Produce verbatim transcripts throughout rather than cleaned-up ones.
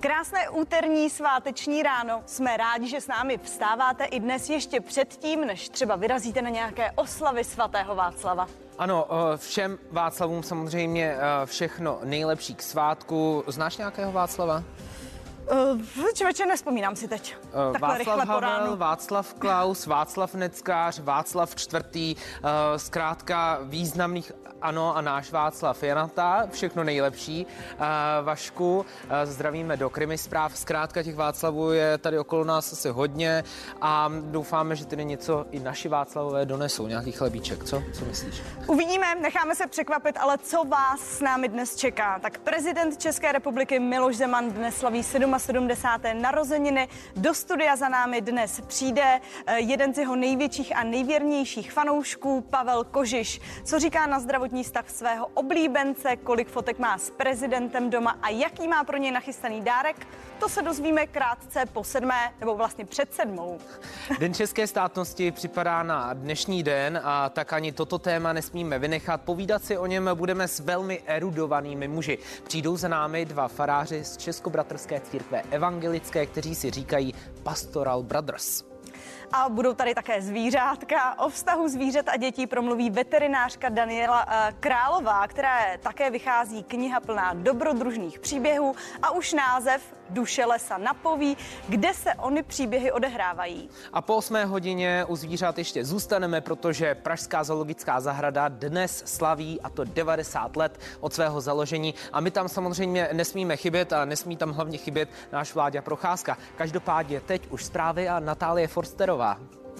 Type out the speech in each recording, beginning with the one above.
Krásné úterní sváteční ráno. Jsme rádi, že s námi vstáváte i dnes ještě předtím, než třeba vyrazíte na nějaké oslavy svatého Václava. Ano, všem Václavům samozřejmě všechno nejlepší k svátku. Znáš nějakého Václava? Uh, člověče, nespomínám si teď. Uh, Václav Havel, Václav Klaus, Václav Neckář, Václav čtvrtý, uh, zkrátka významných, ano, a náš Václav Janata, všechno nejlepší. Uh, Vašku, uh, zdravíme do Krimi zpráv, zkrátka těch Václavů je tady okolo nás asi hodně a doufáme, že tedy něco i naši Václavové donesou, nějaký chlebíček, co? Co myslíš? Uvidíme, necháme se překvapit, ale co vás s námi dnes čeká? Tak prezident České republiky Miloš Zeman dnes slaví sedmdesáté narozeniny. Do studia za námi dnes přijde jeden z jeho největších a nejvěrnějších fanoušků, Pavel Kožiš. Co říká na zdravotní stav svého oblíbence, kolik fotek má s prezidentem doma a jaký má pro něj nachystaný dárek, to se dozvíme krátce po sedmé, nebo vlastně před sedmou. Den české státnosti připadá na dnešní den a tak ani toto téma nesmíme vynechat. Povídat si o něm budeme s velmi erudovanými muži. Přijdou za námi dva faráři z Českobratrské církve evangelické, kteří si říkají Pastoral Brothers. A budou tady také zvířátka. O vztahu zvířat a dětí promluví veterinářka Daniela Králová, která také vychází kniha plná dobrodružných příběhů a už název Duše lesa napoví, kde se ony příběhy odehrávají. A po osmé hodině u zvířat ještě zůstaneme, protože Pražská zoologická zahrada dnes slaví, a to devadesát let od svého založení. A my tam samozřejmě nesmíme chybět a nesmí tam hlavně chybět náš Vláďa Procházka. Každopádně teď už zprávy a Natálie Forsterová.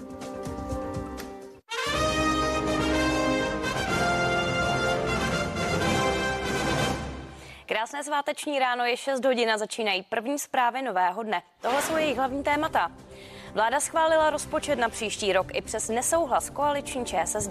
Krásné sváteční ráno, je šest hodin a začínají první zprávy nového dne. Tohle jsou jejich hlavní témata. Vláda schválila rozpočet na příští rok i přes nesouhlas koaliční ČSSD.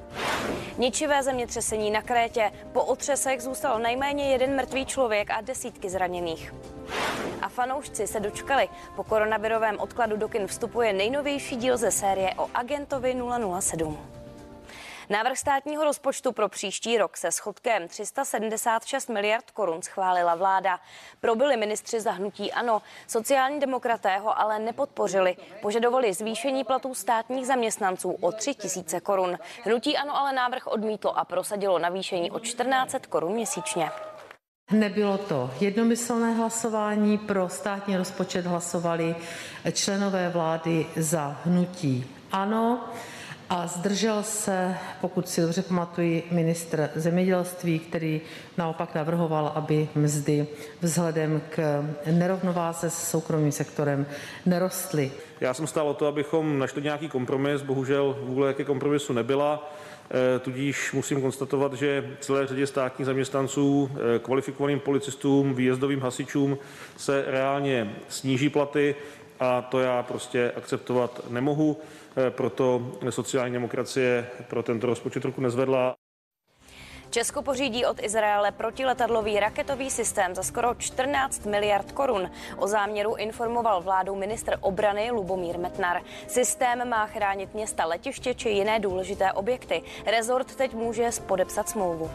Ničivé zemětřesení na Krétě. Po otřesech zůstal nejméně jeden mrtvý člověk a desítky zraněných. A fanoušci se dočkali. Po koronavirovém odkladu do kin vstupuje nejnovější díl ze série o agentovi nula nula sedm. Návrh státního rozpočtu pro příští rok se schodkem tři sta sedmdesát šest miliard korun schválila vláda. Probyli ministři za hnutí ANO. Sociální demokraté ho ale nepodpořili. Požadovali zvýšení platů státních zaměstnanců o tři tisíce korun. Hnutí ANO ale návrh odmítlo a prosadilo navýšení o čtrnáct set korun měsíčně. Nebylo to jednomyslné hlasování, pro státní rozpočet hlasovali členové vlády za hnutí ANO. A zdržel se, pokud si dobře pamatuji, ministr zemědělství, který naopak navrhoval, aby mzdy vzhledem k nerovnováze s soukromým sektorem nerostly. Já jsem stál o to, abychom našli nějaký kompromis, bohužel vůle ke kompromisu nebyla. Tudíž musím konstatovat, že celé řadě státních zaměstnanců, kvalifikovaným policistům, výjezdovým hasičům se reálně sníží platy a to já prostě akceptovat nemohu. Proto sociální demokracie pro tento rozpočet roku nezvedla. Česko pořídí od Izraele protiletadlový raketový systém za skoro čtrnáct miliard korun. O záměru informoval vládu ministr obrany Lubomír Metnar. Systém má chránit města, letiště či jiné důležité objekty. Rezort teď může podepsat smlouvu.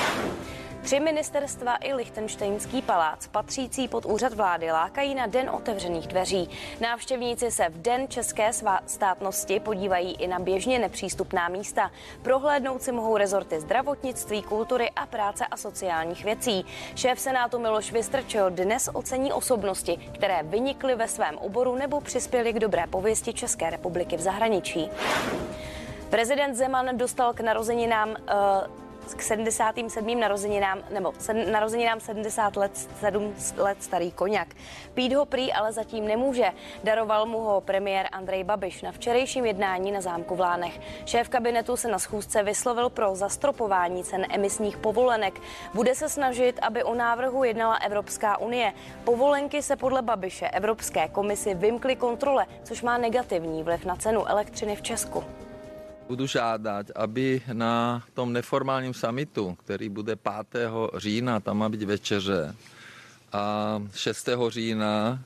Tři ministerstva i Lichtenštejnský palác, patřící pod úřad vlády, lákají na Den otevřených dveří. Návštěvníci se v Den české státnosti podívají i na běžně nepřístupná místa. Prohlédnout si mohou rezorty zdravotnictví, kultury a práce a sociálních věcí. Šéf Senátu Miloš Vystrčil dnes ocení osobnosti, které vynikly ve svém oboru nebo přispěly k dobré pověsti České republiky v zahraničí. Prezident Zeman dostal k narozeninám uh, k sedmdesátým sedmým narozeninám, nebo sed, narozeninám sedmdesát let, sedm let starý koněk. Pít ho prý ale zatím nemůže. Daroval mu ho premiér Andrej Babiš na včerejším jednání na zámku v Lánech. Šéf kabinetu se na schůzce vyslovil pro zastropování cen emisních povolenek. Bude se snažit, aby o návrhu jednala Evropská unie. Povolenky se podle Babiše Evropské komisi vymkly kontrole, což má negativní vliv na cenu elektřiny v Česku. Budu žádat, aby na tom neformálním summitu, který bude pátého října, tam má být večeře, a šestého října,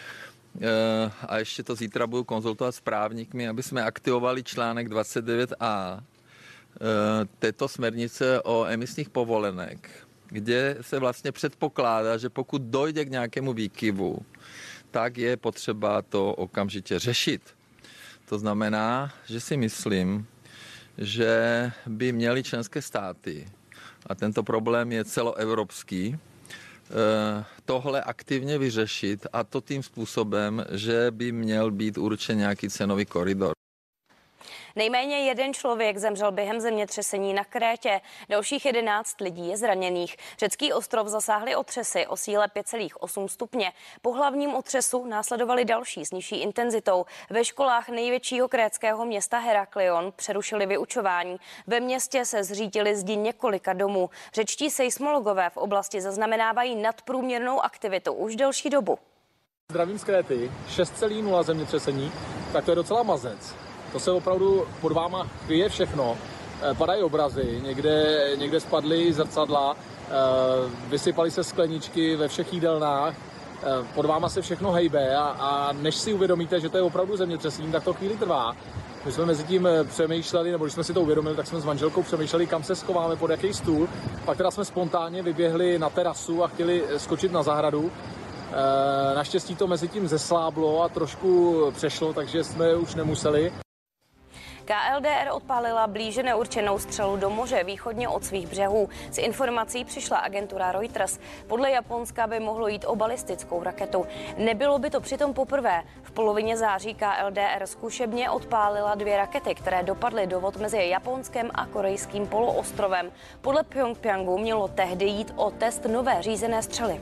a ještě to zítra budu konzultovat s právníkmi, aby jsme aktivovali článek dvacet devět a této směrnice o emisních povolenek, kde se vlastně předpokládá, že pokud dojde k nějakému výkyvu, tak je potřeba to okamžitě řešit. To znamená, že si myslím, že by měly členské státy, a tento problém je celoevropský, tohle aktivně vyřešit, a to tím způsobem, že by měl být určen nějaký cenový koridor. Nejméně jeden člověk zemřel během zemětřesení na Krétě. Dalších jedenáct lidí je zraněných. Řecký ostrov zasáhly otřesy o síle pět celá osm stupně. Po hlavním otřesu následovaly další s nižší intenzitou. Ve školách největšího krétského města Heraklion přerušili vyučování. Ve městě se zřítily zdi několika domů. Řečtí seismologové v oblasti zaznamenávají nadprůměrnou aktivitu už delší dobu. Zdravím z Kréty, šest celá nula zemětřesení, tak to je docela mazec. To se opravdu pod váma kryje všechno. Padají obrazy, někde, někde spadly zrcadla, vysypaly se skleničky ve všech jídelnách, pod váma se všechno hejbe a, a než si uvědomíte, že to je opravdu zemětřesení, tak to chvíli trvá. My jsme mezi tím přemýšleli, nebo když jsme si to uvědomili, tak jsme s manželkou přemýšleli, kam se schováme, pod jaký stůl. Pak teda jsme spontánně vyběhli na terasu a chtěli skočit na zahradu. Naštěstí to mezi tím zesláblo a trošku přešlo, takže jsme už nemuseli. K L D R odpálila blíže neurčenou střelu do moře východně od svých břehů. S informací přišla agentura Reuters. Podle Japonska by mohlo jít o balistickou raketu. Nebylo by to přitom poprvé. V polovině září K L D R zkušebně odpálila dvě rakety, které dopadly do vod mezi Japonskem a korejským poloostrovem. Podle Pjongjangu mělo tehdy jít o test nové řízené střely.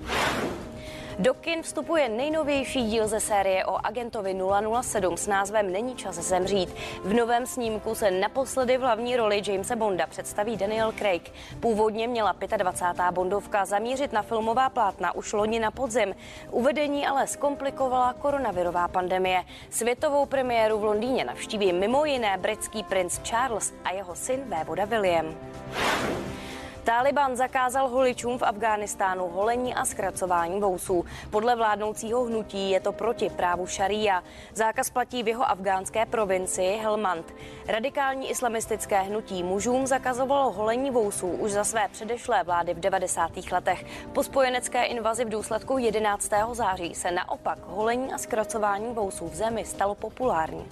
Do kin vstupuje nejnovější díl ze série o agentovi nula nula sedm s názvem Není čas zemřít. V novém snímku se naposledy v hlavní roli Jamese Bonda představí Daniel Craig. Původně měla dvacátá pátá Bondovka zamířit na filmová plátna už loni na podzim. Uvedení ale zkomplikovala koronavirová pandemie. Světovou premiéru v Londýně navštíví mimo jiné britský princ Charles a jeho syn vévoda William. Taliban zakázal holičům v Afghánistánu holení a zkracování vousů. Podle vládnoucího hnutí je to proti právu šaría. Zákaz platí v jeho afgánské provincii Helmand. Radikální islamistické hnutí mužům zakazovalo holení vousů už za své předešlé vlády v devadesátých letech. Po spojenecké invazi v důsledku jedenáctého září se naopak holení a zkracování vousů v zemi stalo populární.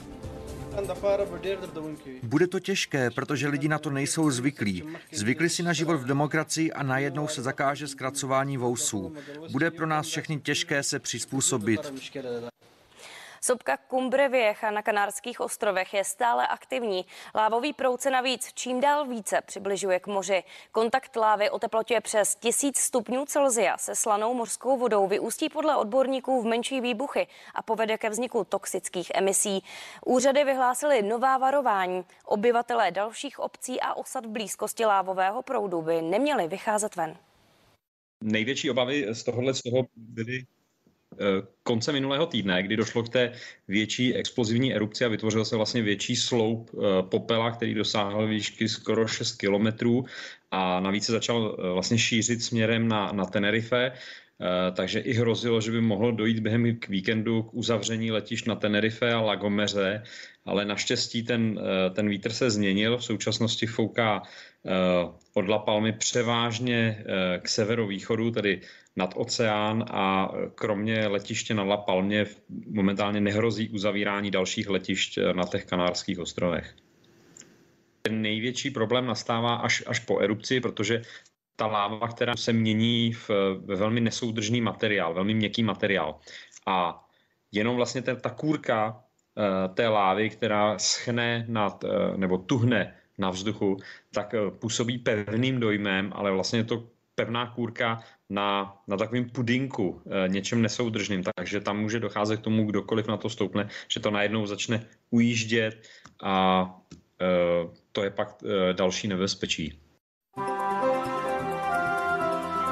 Bude to těžké, protože lidi na to nejsou zvyklí. Zvykli si na život v demokracii a najednou se zakáže zkracování vousů. Bude pro nás všechny těžké se přizpůsobit. Sopka Cumbre Vieja na Kanárských ostrovech je stále aktivní. Lávový proud se navíc čím dál více přibližuje k moři. Kontakt lávy o teplotě přes tisíc stupňů Celsia se slanou mořskou vodou vyústí podle odborníků v menší výbuchy a povede ke vzniku toxických emisí. Úřady vyhlásily nová varování. Obyvatelé dalších obcí a osad v blízkosti lávového proudu by neměli vycházet ven. Největší obavy z tohohle z toho byly konce minulého týdne, kdy došlo k té větší explozivní erupci a vytvořil se vlastně větší sloup popela, který dosáhl výšky skoro šest kilometrů a navíc se začal vlastně šířit směrem na, na Tenerife, takže i hrozilo, že by mohlo dojít během k víkendu k uzavření letišť na Tenerife a La Gomeze, ale naštěstí ten, ten vítr se změnil, v současnosti fouká od La Palmy převážně k severovýchodu, tedy nad oceán, a kromě letiště na La Palmě momentálně nehrozí uzavírání dalších letišť na těch Kanárských ostrovech. Ten největší problém nastává až, až po erupci, protože ta láva, která se mění v, ve velmi nesoudržný materiál, velmi měkký materiál. A jenom vlastně ta, ta kůrka té lávy, která schne nad, nebo tuhne na vzduchu, tak působí pevným dojmem, ale vlastně je to pevná kůrka na, na takovým pudinku, něčem nesoudržným. Takže tam může docházet k tomu, kdokoliv na to stoupne, že to najednou začne ujíždět a to je pak další nebezpečí.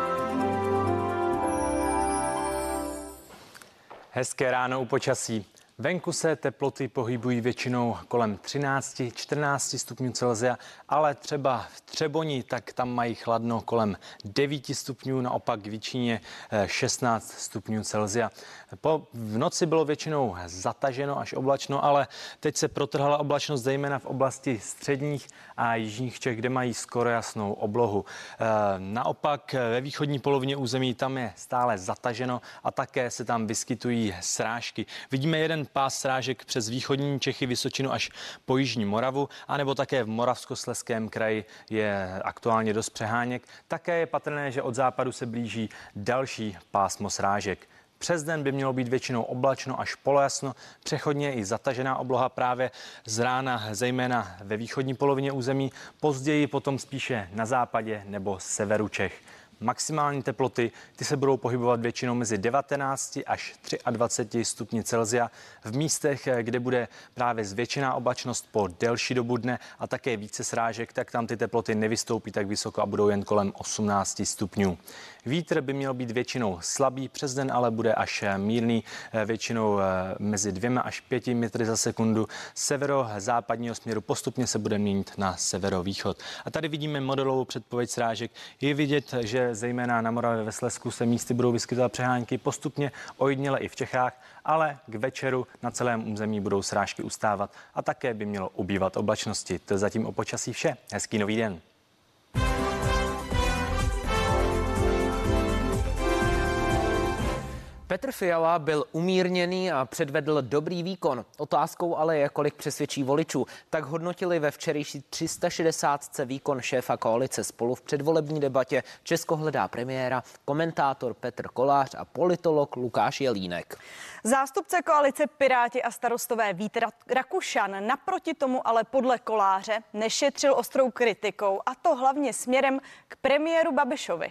Hezké ráno u počasí. Venku se teploty pohybují většinou kolem třináct čtrnáct stupňů Celsia, ale třeba v Třeboni, tak tam mají chladno kolem devět stupňů, naopak v Jičíně šestnáct stupňů Celsia. Po v noci bylo většinou zataženo až oblačno, ale teď se protrhala oblačnost zejména v oblasti středních a jižních Čech, kde mají skoro jasnou oblohu. Naopak ve východní polovině území tam je stále zataženo a také se tam vyskytují srážky. Vidíme jeden pás srážek přes východní Čechy, Vysočinu až po jižní Moravu, anebo také v Moravskoslezském kraji je aktuálně dost přeháněk. Také je patrné, že od západu se blíží další pásmo srážek. Přes den by mělo být většinou oblačno až polojasno, přechodně i zatažená obloha právě z rána, zejména ve východní polovině území, později potom spíše na západě nebo severu Čech. Maximální teploty ty se budou pohybovat většinou mezi devatenáct až dvacet tři stupni Celsia. V místech, kde bude právě zvětšená oblačnost po delší dobu dne a také více srážek, tak tam ty teploty nevystoupí tak vysoko a budou jen kolem osmnáct stupňů. Vítr by měl být většinou slabý, přes den ale bude až mírný, většinou mezi dvěma až pěti metry za sekundu. Severozápadního směru postupně se bude měnit na severovýchod. A tady vidíme modelovou předpověď srážek. Je vidět, že zejména na Moravě ve Slezsku se místy budou vyskytovat přehánky, postupně ojediněle i v Čechách, ale k večeru na celém území budou srážky ustávat a také by mělo ubývat oblačnosti. To je zatím o počasí vše. Hezký nový den. Petr Fiala byl umírněný a předvedl dobrý výkon. Otázkou ale je, kolik přesvědčí voličů. Tak hodnotili ve včerejší tři sta šedesátce výkon šéfa koalice Spolu v předvolební debatě Česko hledá premiéra, komentátor Petr Kolář a politolog Lukáš Jelínek. Zástupce koalice Piráti a Starostové Vít Rakušan naproti tomu ale podle Koláře nešetřil ostrou kritikou, a to hlavně směrem k premiéru Babišovi.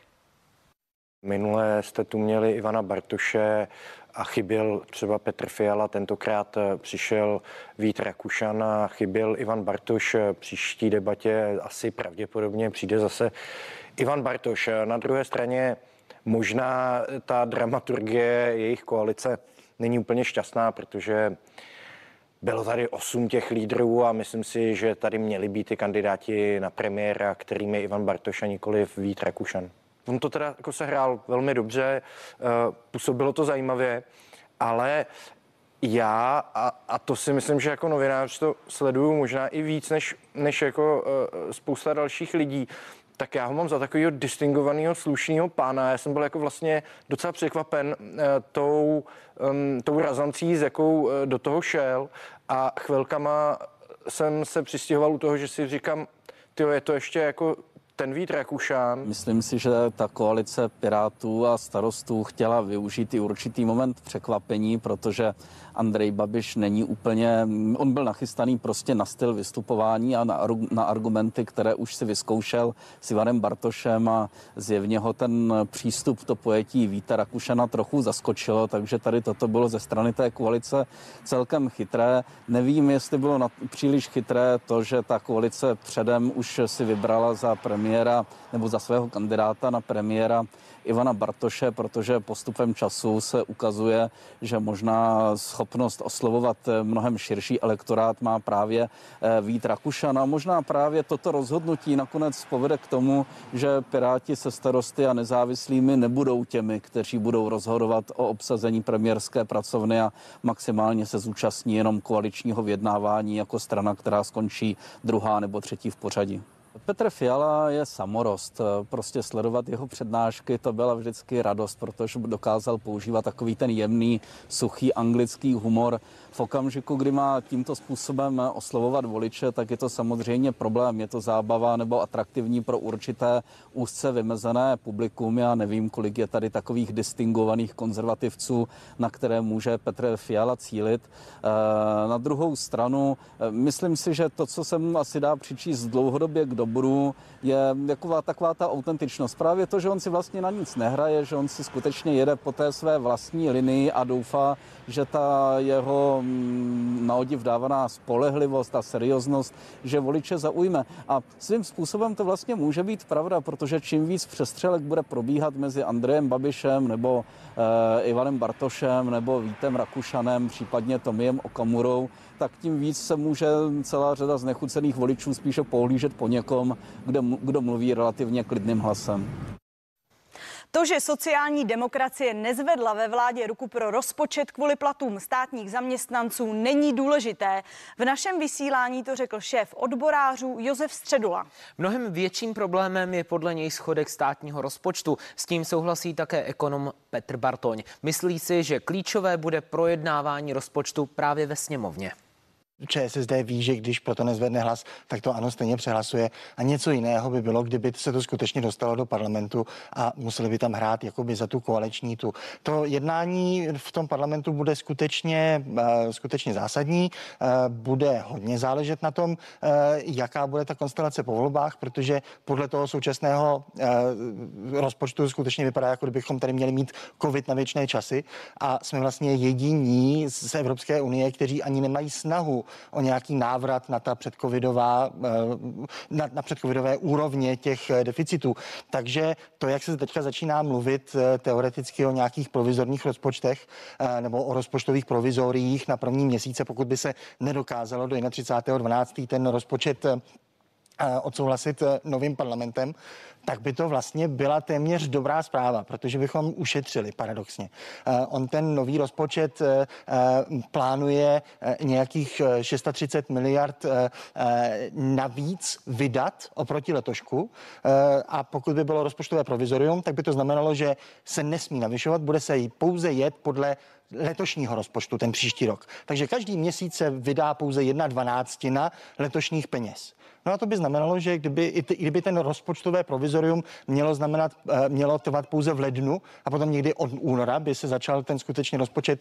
Minule jste tu měli Ivana Bartoše a chyběl třeba Petr Fiala, tentokrát přišel Vít Rakušan a chyběl Ivan Bartoš. Příští debatě asi pravděpodobně přijde zase Ivan Bartoš. Na druhé straně možná ta dramaturgie jejich koalice není úplně šťastná, protože bylo tady osm těch lídrů a myslím si, že tady měli být i kandidáti na premiéra, kterým je Ivan Bartoš a nikoliv Vít Rakušan. On to teda jako se hrál velmi dobře, působilo to zajímavě, ale já, a, a to si myslím, že jako novinář to sleduju možná i víc než, než jako spousta dalších lidí, tak já ho mám za takového distingovaného, slušného pána. Já jsem byl jako vlastně docela překvapen tou, tou razancí, s jakou do toho šel, a chvilkama jsem se přistěhoval u toho, že si říkám, tyjo, je to ještě jako ten Vít Rakušan. Myslím si, že ta koalice Pirátů a Starostů chtěla využít i určitý moment překvapení, protože Andrej Babiš není úplně, on byl nachystaný prostě na styl vystupování a na, na argumenty, které už si vyzkoušel s Ivanem Bartošem, a zjevně ho ten přístup, to pojetí Víta Rakušana trochu zaskočilo, takže tady toto bylo ze strany té koalice celkem chytré. Nevím, jestli bylo na, příliš chytré to, že ta koalice předem už si vybrala za premiéra nebo za svého kandidáta na premiéra Ivana Bartoše, protože postupem času se ukazuje, že možná schopnost oslovovat mnohem širší elektorát má právě Vít Rakušan, a možná právě toto rozhodnutí nakonec povede k tomu, že Piráti se Starosty a nezávislými nebudou těmi, kteří budou rozhodovat o obsazení premiérské pracovny a maximálně se zúčastní jenom koaličního vyjednávání jako strana, která skončí druhá nebo třetí v pořadí. Petr Fiala je samorost. Prostě sledovat jeho přednášky, to byla vždycky radost, protože dokázal používat takový ten jemný, suchý anglický humor. V okamžiku, kdy má tímto způsobem oslovovat voliče, tak je to samozřejmě problém. Je to zábava nebo atraktivní pro určité úzce vymezené publikum. Já nevím, kolik je tady takových distingovaných konzervativců, na které může Petr Fiala cílit. Na druhou stranu, myslím si, že to, co se mu asi dá přičíst dlouhodobě k dobu, bodu, je taková, taková ta autentičnost. Právě to, že on si vlastně na nic nehraje, že on si skutečně jede po té své vlastní linii a doufá, že ta jeho na odiv dávaná spolehlivost a serióznost, že voliče zaujme. A svým způsobem to vlastně může být pravda, protože čím víc přestřelek bude probíhat mezi Andrejem Babišem nebo e, Ivanem Bartošem nebo Vítem Rakušanem, případně Tomiem Okamurou, tak tím víc se může celá řada znechucených voličů spíše pohlížet po někom, kdo, kdo mluví relativně klidným hlasem. To, že sociální demokracie nezvedla ve vládě ruku pro rozpočet kvůli platům státních zaměstnanců, není důležité. V našem vysílání to řekl šéf odborářů Josef Středula. Mnohem větším problémem je podle něj schodek státního rozpočtu. S tím souhlasí také ekonom Petr Bartoň. Myslí si, že klíčové bude projednávání rozpočtu právě ve sněmovně. ČSSD ví, že když proto nezvedne hlas, tak to ano stejně přehlasuje. A něco jiného by bylo, kdyby se to skutečně dostalo do parlamentu a museli by tam hrát jakoby za tu koaliční tu. To jednání v tom parlamentu bude skutečně, skutečně zásadní. Bude hodně záležet na tom, jaká bude ta konstelace po volbách, protože podle toho současného rozpočtu skutečně vypadá, jako kdybychom tady měli mít covid na věčné časy a jsme vlastně jediní z Evropské unie, kteří ani nemají snahu o nějaký návrat na ta předcovidová, na, na předcovidové úrovně těch deficitů. Takže to, jak se teďka začíná mluvit teoreticky o nějakých provizorních rozpočtech nebo o rozpočtových provizoriích na první měsíce, pokud by se nedokázalo do třicátého dvanáctého ten rozpočet odsouhlasit novým parlamentem, tak by to vlastně byla téměř dobrá zpráva, protože bychom ušetřili paradoxně. On ten nový rozpočet plánuje nějakých třicet šest miliard navíc vydat oproti letošku a pokud by bylo rozpočtové provizorium, tak by to znamenalo, že se nesmí navyšovat, bude se jí pouze jet podle letošního rozpočtu ten příští rok. Takže každý měsíc se vydá pouze jedna dvanáctina letošních peněz. No a to by znamenalo, že kdyby, i ty, kdyby ten rozpočtové provizorium mělo znamenat, mělo trvat pouze v lednu a potom někdy od února by se začal ten skutečný rozpočet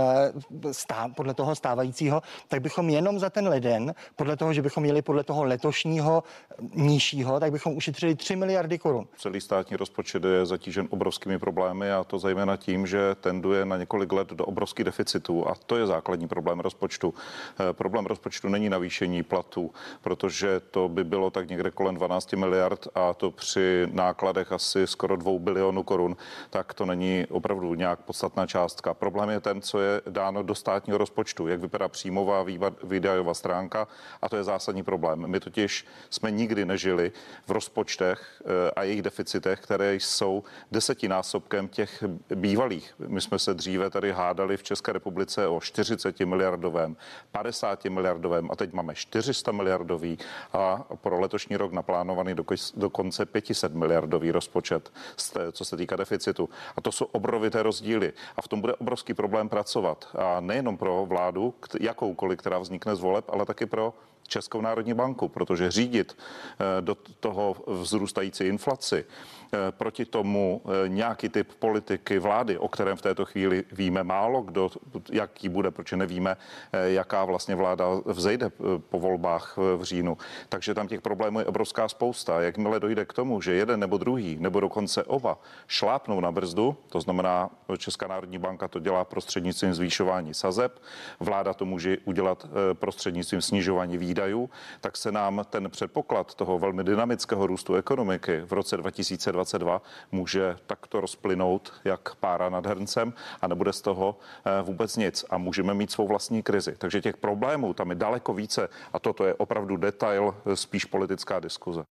stá, podle toho stávajícího, tak bychom jenom za ten leden, podle toho, že bychom měli podle toho letošního nižšího, tak bychom ušetřili tři miliardy korun. Celý státní rozpočet je zatížen obrovskými problémy a to zejména tím, že tenduje na několik let do obrovských deficitů a to je základní problém rozpočtu. Problém rozpočtu není navýšení platů, protože to by bylo tak někde kolem dvanáct miliard a to při nákladech asi skoro dvou bilionů korun, tak to není opravdu nějak podstatná částka. Problém je ten, co je dáno do státního rozpočtu, jak vypadá příjmová výdajová stránka a to je zásadní problém. My totiž jsme nikdy nežili v rozpočtech a jejich deficitech, které jsou desetinásobkem těch bývalých. My jsme se dříve tady hádali v České republice o čtyřicet miliardovém, padesát miliardovém a teď máme čtyři sta miliardový a pro letošní rok naplánovaný dokonce pět set miliardový rozpočet, co se týká deficitu. A to jsou obrovité rozdíly. A v tom bude obrovský problém pracovat. A nejenom pro vládu, jakoukoliv, která vznikne z voleb, ale taky pro Českou národní banku, protože řídit do toho vzrůstající inflaci, proti tomu nějaký typ politiky vlády, o kterém v této chvíli víme málo, kdo, jaký bude, protože nevíme, jaká vlastně vláda vzejde po volbách v říjnu. Takže tam těch problémů je obrovská spousta. Jakmile dojde k tomu, že jeden nebo druhý, nebo dokonce oba šlápnou na brzdu, to znamená, Česká národní banka to dělá prostřednictvím zvýšování sazeb, vláda to může udělat prostřednictvím snižování výdajů, tak se nám ten předpoklad toho velmi dynamického růstu ekonomiky v roce dva tisíce dvacet dva může takto rozplynout jak pára nad hrncem a nebude z toho vůbec nic a můžeme mít svou vlastní krizi. Takže těch problémů tam je daleko více a toto je opravdu detail, spíš politická diskuze.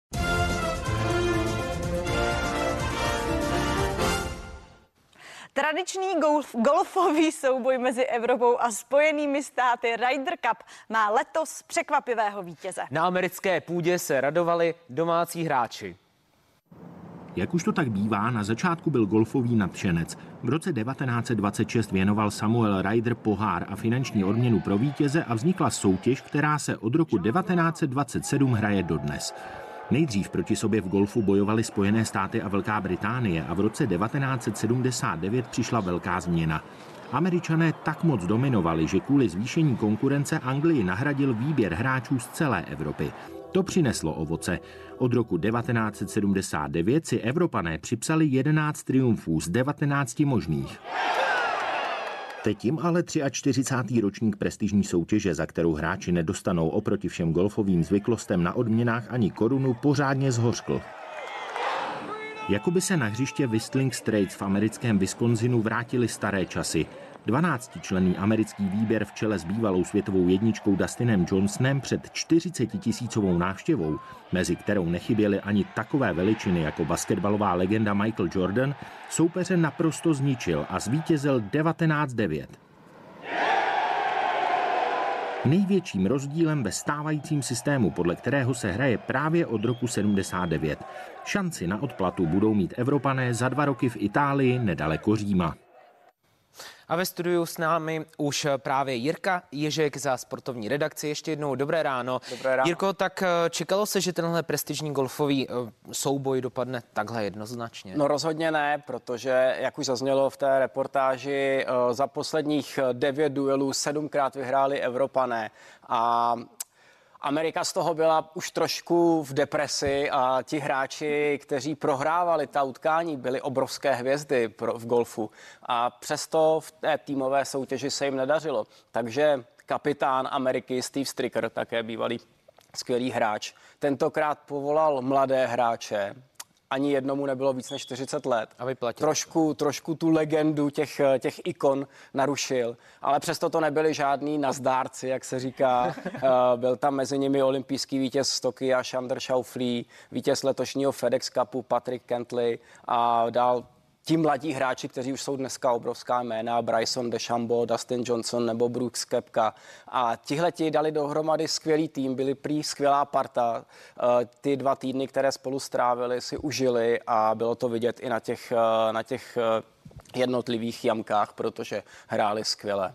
Tradiční golf, golfový souboj mezi Evropou a Spojenými státy Ryder Cup má letos překvapivého vítěze. Na americké půdě se radovali domácí hráči. Jak už to tak bývá, na začátku byl golfový nadšenec. V roce devatenáct set dvacet šest věnoval Samuel Ryder pohár a finanční odměnu pro vítěze a vznikla soutěž, která se od roku devatenáct set dvacet sedm hraje dodnes. Nejdřív proti sobě v golfu bojovaly Spojené státy a Velká Británie a v roce devatenáct set sedmdesát devět přišla velká změna. Američané tak moc dominovali, že kvůli zvýšení konkurence Anglii nahradil výběr hráčů z celé Evropy. To přineslo ovoce. Od roku devatenáct set sedmdesát devět si Evropané připsali jedenáct triumfů z devatenácti možných. Teď jim ale čtyřicátý třetí ročník prestižní soutěže, za kterou hráči nedostanou oproti všem golfovým zvyklostem na odměnách ani korunu, pořádně zhořkl. Jakoby se na hřiště Whistling Straits v americkém Wisconsinu vrátily staré časy. dvanáctičlenný americký výběr v čele s bývalou světovou jedničkou Dustinem Johnsonem před čtyřicetitisícovou návštěvou, mezi kterou nechyběly ani takové veličiny jako basketbalová legenda Michael Jordan, soupeře naprosto zničil a zvítězil devatenáct devět. Největším rozdílem ve stávajícím systému, podle kterého se hraje právě od roku sedmdesát devět. Šanci na odplatu budou mít Evropané za dva roky v Itálii nedaleko Říma. A ve studiu s námi už právě Jirka Ježek za sportovní redakci. Ještě jednou dobré ráno. Dobré ráno. Jirko, tak čekalo se, že tenhle prestižní golfový souboj dopadne takhle jednoznačně? No rozhodně ne, protože, jak už zaznělo v té reportáži, za posledních devět duelů sedmkrát vyhráli Evropané a Amerika z toho byla už trošku v depresi a ti hráči, kteří prohrávali ta utkání, byli obrovské hvězdy pro, v golfu a přesto v té týmové soutěži se jim nedařilo. Takže kapitán Ameriky Steve Stricker, také bývalý skvělý hráč, tentokrát povolal mladé hráče. Ani jednomu nebylo víc než čtyřicet let. A trošku, trošku tu legendu těch, těch ikon narušil, ale přesto to nebyli žádní nazdárci, jak se říká. Byl tam mezi nimi olympijský vítěz z Tokia Xander Schauffele, vítěz letošního FedEx Cupu Patrick Cantley a dál ti mladí hráči, kteří už jsou dneska obrovská jména, Bryson DeChambeau, Dustin Johnson nebo Brooks Koepka. A tihleti dali dohromady skvělý tým, byli prý skvělá parta. Ty dva týdny, které spolu strávili, si užili a bylo to vidět i na těch, na těch jednotlivých jamkách, protože hráli skvěle.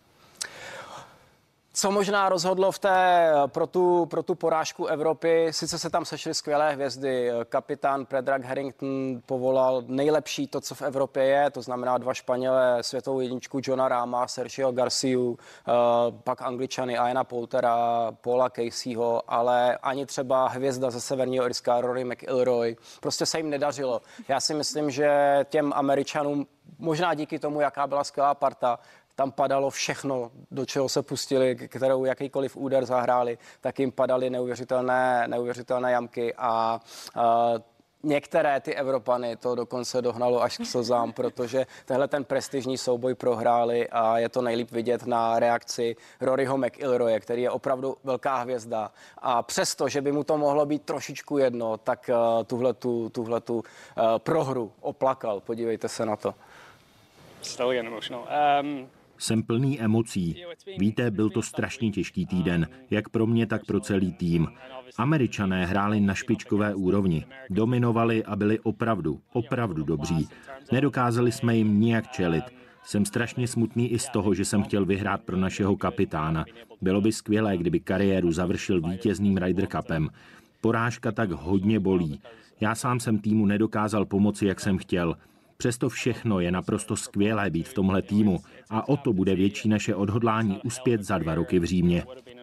Co možná rozhodlo v té, pro, tu, pro tu porážku Evropy, sice se tam sešly skvělé hvězdy, kapitán Predrag Harrington povolal nejlepší to, co v Evropě je, to znamená dva Španělé, světovou jedničku Johna Rahma, Sergio Garciu, pak Angličany Iana Poultera, Paula Caseyho, ale ani třeba hvězda ze Severního Irska Rory McIlroy, prostě se jim nedařilo. Já si myslím, že těm Američanům, možná díky tomu, jaká byla skvělá parta, tam padalo všechno, do čeho se pustili, kterou jakýkoliv úder zahráli, tak jim padaly neuvěřitelné, neuvěřitelné jamky a, a některé ty Evropany to dokonce dohnalo až k slzám, protože tenhle ten prestižní souboj prohráli a je to nejlíp vidět na reakci Roryho McIlroye, který je opravdu velká hvězda a přesto, že by mu to mohlo být trošičku jedno, tak uh, tuhletu, tuhletu uh, prohru oplakal. Podívejte se na to. Still getting emotional. Um... Jsem plný emocí. Víte, byl to strašně těžký týden, jak pro mě, tak pro celý tým. Američané hráli na špičkové úrovni, dominovali a byli opravdu, opravdu dobří. Nedokázali jsme jim nijak čelit. Jsem strašně smutný i z toho, že jsem chtěl vyhrát pro našeho kapitána. Bylo by skvělé, kdyby kariéru završil vítězným Ryder Cupem. Porážka tak hodně bolí. Já sám jsem týmu nedokázal pomoci, jak jsem chtěl. Přesto všechno je naprosto skvělé být v tomhle týmu a o to bude větší naše odhodlání uspět za dva roky v Římě.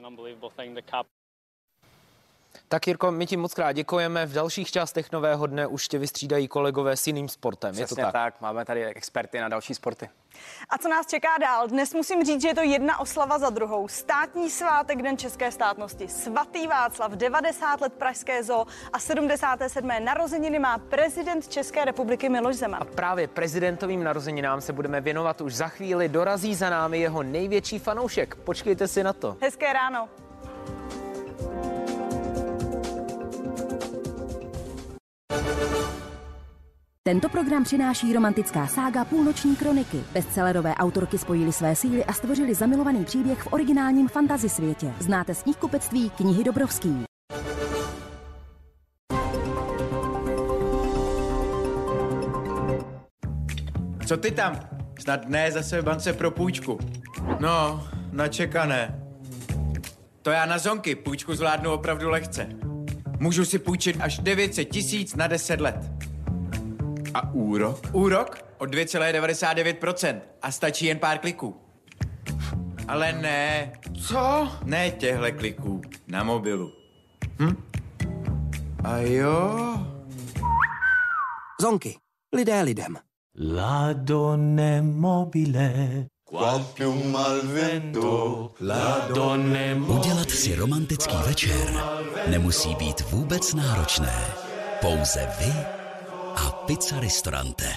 Tak Jirko, my ti moc krát děkujeme. V dalších částech Nového dne už tě vystřídají kolegové s jiným sportem. Přesně je to tak? tak, máme tady experty na další sporty. A co nás čeká dál? Dnes musím říct, že je to jedna oslava za druhou. Státní svátek Den české státnosti. Svatý Václav, devadesát let Pražské zoo a sedmdesáté sedmé narozeniny má prezident České republiky Miloš Zeman. A právě prezidentovým narozeninám se budeme věnovat už za chvíli. Dorazí za námi jeho největší fanoušek. Počkejte si na to. Hezké ráno. Tento program přináší romantická sága Půlnoční kroniky. Bestsellerové autorky spojily své síly a stvořili zamilovaný příběh v originálním fantasy světě. Znáte z knihkupectví Knihy Dobrovský. Co ty tam? Snad ne zase v bance pro půjčku. No, načekané. To já na zonky půjčku zvládnu opravdu lehce. Můžu si půjčit až devět set tisíc na deset let. A úrok? Úrok o dvě celá devadesát devět procent a stačí jen pár kliků. Ale ne. Co? Ne těhle kliků, na mobilu. Hm? A jo? Zonky. Lidé lidem. La donne mobile. Qual più mal vento, la donne mobile. Udělat si romantický večer nemusí být vůbec náročné. Pouze vy a Pizza Ristorante.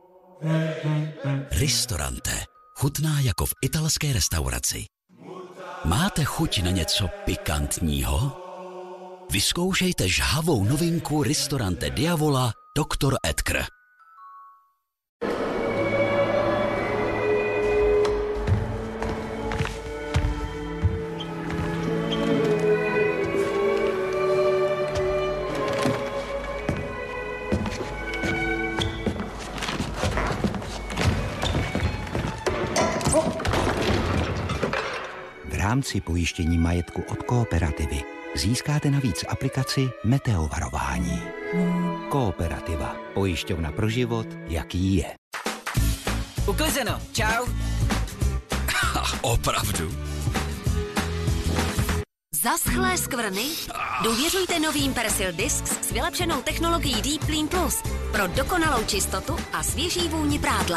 Ristorante. Chutná jako v italské restauraci. Máte chuť na něco pikantního? Vyzkoušejte žhavou novinku Ristorante Diavola doktor Edgar. V rámci pojištění majetku od Kooperativy získáte navíc aplikaci Meteovarování. Kooperativa. Pojišťovna pro život, jaký je. Uklizeno. Čau. Opravdu? Zaschlé skvrny? Důvěřujte novým Persil Discs s vylepšenou technologií Deep Clean Plus pro dokonalou čistotu a svěží vůni prádla.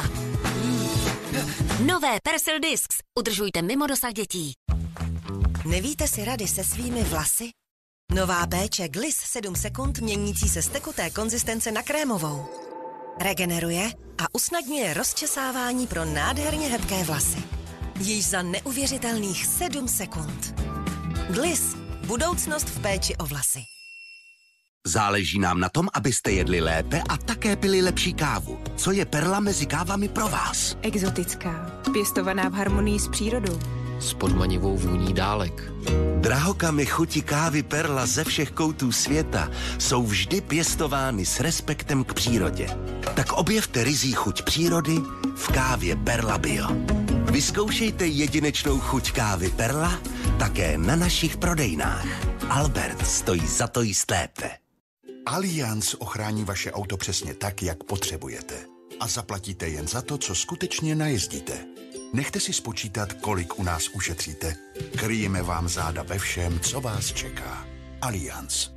Nové Persil Discs. Udržujte mimo dosah dětí. Nevíte si rady se svými vlasy? Nová péče Gliss sedm sekund měnící se z tekuté konzistence na krémovou. Regeneruje a usnadňuje rozčesávání pro nádherně hebké vlasy. Již za neuvěřitelných sedm sekund. Gliss. Budoucnost v péči o vlasy. Záleží nám na tom, abyste jedli lépe a také pili lepší kávu. Co je Perla mezi kávami pro vás? Exotická, pěstovaná v harmonii s přírodou. S podmanivou vůní dálek. Drahokamy chuti kávy Perla ze všech koutů světa jsou vždy pěstovány s respektem k přírodě. Tak objevte ryzí chuť přírody v kávě Perla Bio. Vyzkoušejte jedinečnou chuť kávy Perla také na našich prodejnách. Albert stojí za to jíst lépe. Allianz ochrání vaše auto přesně tak, jak potřebujete. A zaplatíte jen za to, co skutečně najezdíte. Nechte si spočítat, kolik u nás ušetříte. Kryjeme vám záda ve všem, co vás čeká. Allianz.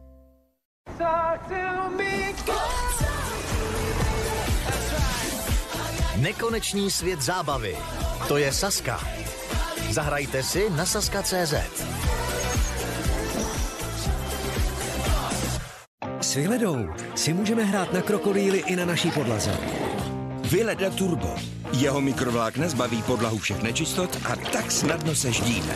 Nekonečný svět zábavy. To je Sazka. Zahrajte si na sazka tečka cé zet. S Vyledou si můžeme hrát na krokodýly i na naší podlaze. Vyleda Turbo. Jeho mikrovlákna zbaví podlahu všech nečistot a tak snadno se ždíme.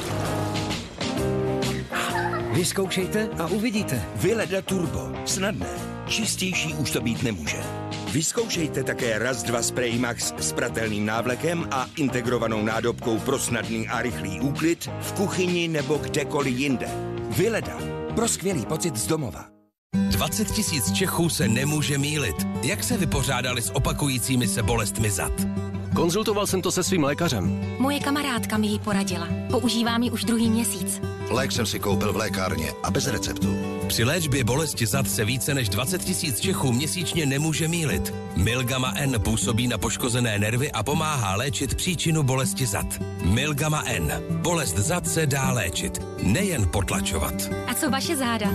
Vyzkoušejte a uvidíte. Vyleda Turbo. Snadné. Čistější už to být nemůže. Vyzkoušejte také raz dva Spray Max s pratelným návlekem a integrovanou nádobkou pro snadný a rychlý úklid v kuchyni nebo kdekoliv jinde. Vyleda. Pro skvělý pocit z domova. dvacet tisíc Čechů se nemůže mýlit. Jak se vypořádali s opakujícími se bolestmi zad? Konzultoval jsem to se svým lékařem. Moje kamarádka mi ji poradila. Používám ji už druhý měsíc. Lék jsem si koupil v lékárně a bez receptu. Při léčbě bolesti zad se více než dvacet tisíc Čechů měsíčně nemůže mýlit. Milgama N působí na poškozené nervy a pomáhá léčit příčinu bolesti zad. Milgama N. Bolest zad se dá léčit, nejen potlačovat. A co vaše záda?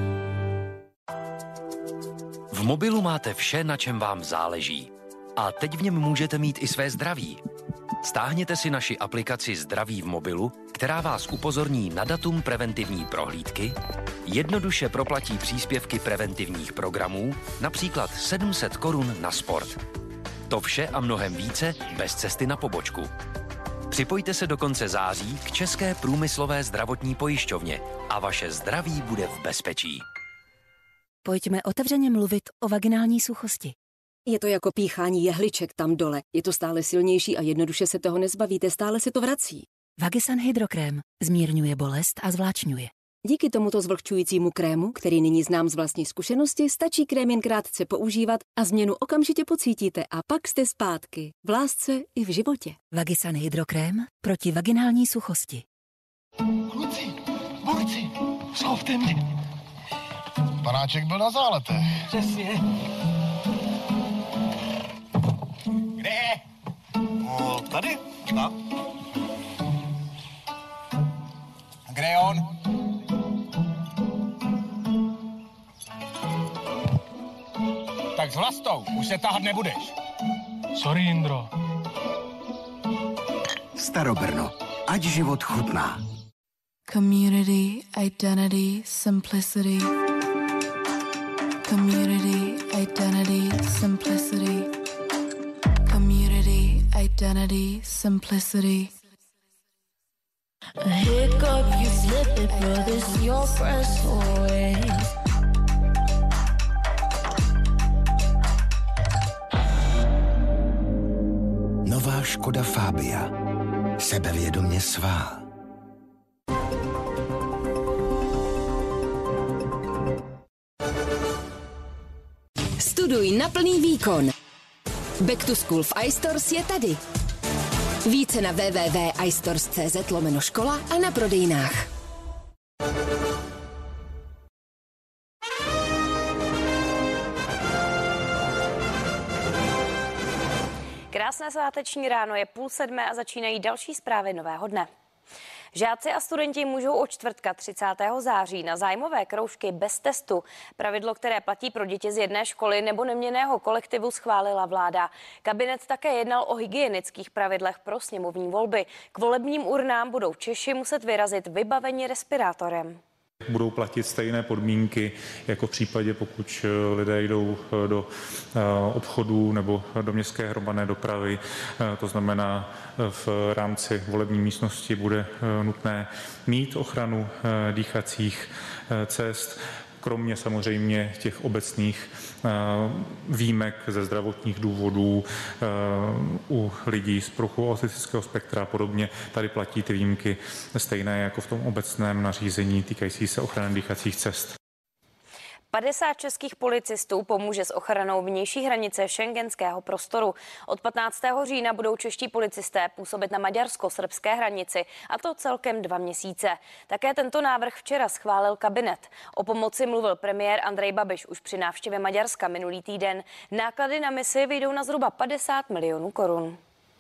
V mobilu máte vše, na čem vám záleží. A teď v něm můžete mít i své zdraví. Stáhněte si naši aplikaci Zdraví v mobilu, která vás upozorní na datum preventivní prohlídky, jednoduše proplatí příspěvky preventivních programů, například sedm set korun na sport. To vše a mnohem více bez cesty na pobočku. Připojte se do konce září k České průmyslové zdravotní pojišťovně a vaše zdraví bude v bezpečí. Pojďme otevřeně mluvit o vaginální suchosti. Je to jako píchání jehliček tam dole. Je to stále silnější a jednoduše se toho nezbavíte, stále se to vrací. Vagisan hydrokrém zmírňuje bolest a zvláčňuje. Díky tomuto zvlhčujícímu krému, který nyní znám z vlastní zkušenosti, stačí krém jen krátce používat a změnu okamžitě pocítíte a pak jste zpátky. V lásce i v životě. Vagisan hydrokrém proti vaginální suchosti. Kluci, borci, schovte mě. Panáček byl na záletech. Přesně. Kde? O, tady? No. Kde je on? tak s Vlastou už se tahat nebudeš. Sorry, Jindro. Starobrno, ať život chutná. Community, identity, simplicity. Community, identity, simplicity. Community, identity, simplicity. A hiccup, you slip it, brothers, your press away. Nová Škoda Fabia. Sebevědomě svá. Studuj na plný výkon. Back to School v iStores je tady. Více na w w w tečka istores tečka cz lomeno škola a na prodejnách. Krásné sváteční ráno, je půl sedmé a začínají další zprávy nového dne. Žáci a studenti můžou od čtvrtka třicátého září na zájmové kroužky bez testu. Pravidlo, které platí pro děti z jedné školy nebo neměnného kolektivu, schválila vláda. Kabinet také jednal o hygienických pravidlech pro sněmovní volby. K volebním urnám budou Češi muset vyrazit vybaveni respirátorem. Budou platit stejné podmínky jako v případě, pokud lidé jdou do obchodů nebo do městské hromadné dopravy. To znamená, v rámci volební místnosti bude nutné mít ochranu dýchacích cest, kromě samozřejmě těch obecných výjimek ze zdravotních důvodů u lidí s poruchou autistického spektra a podobně. Tady platí ty výjimky stejné jako v tom obecném nařízení týkající se ochrany dýchacích cest. padesát českých policistů pomůže s ochranou vnější hranice schengenského prostoru. Od patnáctého října budou čeští policisté působit na maďarsko-srbské hranici, a to celkem dva měsíce. Také tento návrh včera schválil kabinet. O pomoci mluvil premiér Andrej Babiš už při návštěvě Maďarska minulý týden. Náklady na misi vyjdou na zhruba padesát milionů korun.